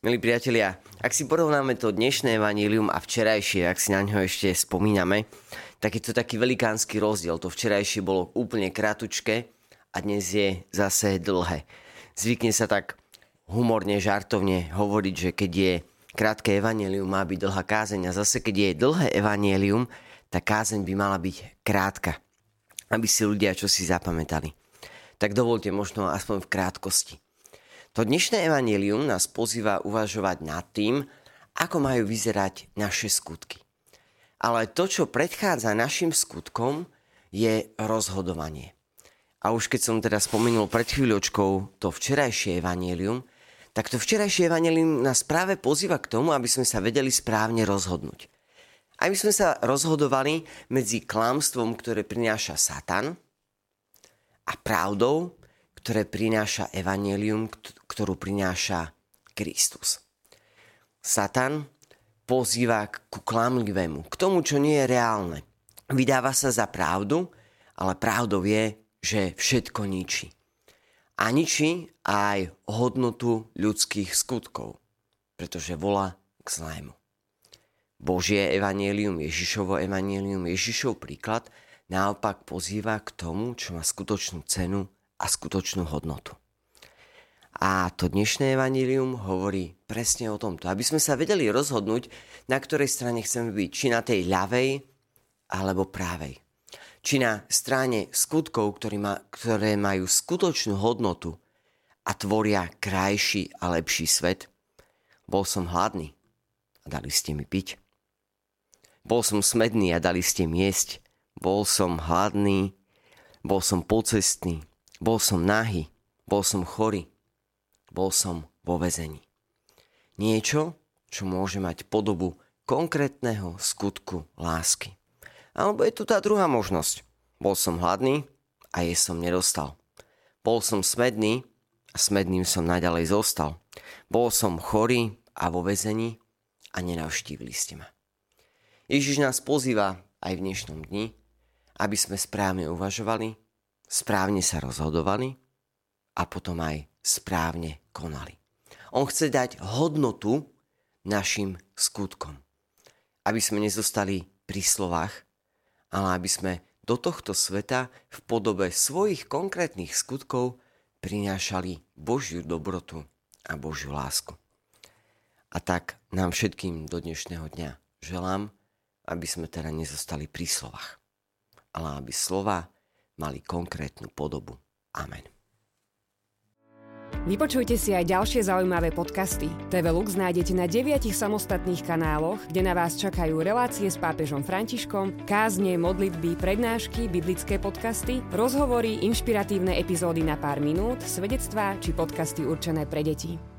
Milí priatelia, ak si porovnáme to dnešné evanjelium a včerajšie, ak si na ňo ešte spomíname, tak je to taký velikánsky rozdiel. To včerajšie bolo úplne kratučké a dnes je zase dlhé. Zvykne sa tak humorne, žartovne hovoriť, že keď je krátke evanjelium, má byť dlhá kázeň, a zase keď je dlhé evanjelium, tá kázeň by mala byť krátka, aby si ľudia čosi zapamätali. Tak dovolte možno aspoň v krátkosti. To dnešné evanjelium nás pozýva uvažovať nad tým, ako majú vyzerať naše skutky. Ale to, čo predchádza našim skutkom, je rozhodovanie. A už keď som teda spomenul pred chvíľočkou to včerajšie evanjelium, tak to včerajšie evanjelium nás práve pozýva k tomu, aby sme sa vedeli správne rozhodnúť. Aby sme sa rozhodovali medzi klamstvom, ktoré prináša Satan, a pravdou, ktoré prináša evanjelium, ktorú prináša Kristus. Satan pozýva ku klamlivému, k tomu, čo nie je reálne. Vydáva sa za pravdu, ale pravdou je, že všetko ničí. A ničí aj hodnotu ľudských skutkov, pretože volá k zlému. Božie evanjelium, Ježišovo evanjelium, Ježišov príklad naopak pozýva k tomu, čo má skutočnú cenu a skutočnú hodnotu. A to dnešné evanjelium hovorí presne o tomto, aby sme sa vedeli rozhodnúť, na ktorej strane chceme byť, či na tej ľavej alebo pravej. Či na strane skutkov, ktoré majú skutočnú hodnotu a tvoria krajší a lepší svet. Bol som hladný a dali ste mi piť. Bol som smedný a dali ste mi jesť. Bol som hladný, bol som pocestný, bol som nahý, bol som chorý, bol som vo väzení. Niečo, čo môže mať podobu konkrétneho skutku lásky. Alebo je tu tá druhá možnosť. Bol som hladný a jesť som nedostal. Bol som smedný a smedným som naďalej zostal. Bol som chorý a vo väzení a nenavštívili ste ma. Ježiš nás pozýva aj v dnešnom dni, aby sme správne uvažovali, správne sa rozhodovali a potom aj správne konali. On chce dať hodnotu našim skutkom. Aby sme nezostali pri slovách, ale aby sme do tohto sveta v podobe svojich konkrétnych skutkov prinášali Božiu dobrotu a Božiu lásku. A tak nám všetkým do dnešného dňa želám, aby sme teda nezostali pri slovách, ale aby slova mali konkrétnu podobu. Amen. Vypočujte si aj ďalšie zaujímavé podcasty. TV Lux nájdete na 9 samostatných kanáloch, kde na vás čakajú relácie s pápežom Františkom, kázne, modlitby, prednášky, biblické podcasty, rozhovory, inšpiratívne epizódy na pár minút, svedectvá či podcasty určené pre deti.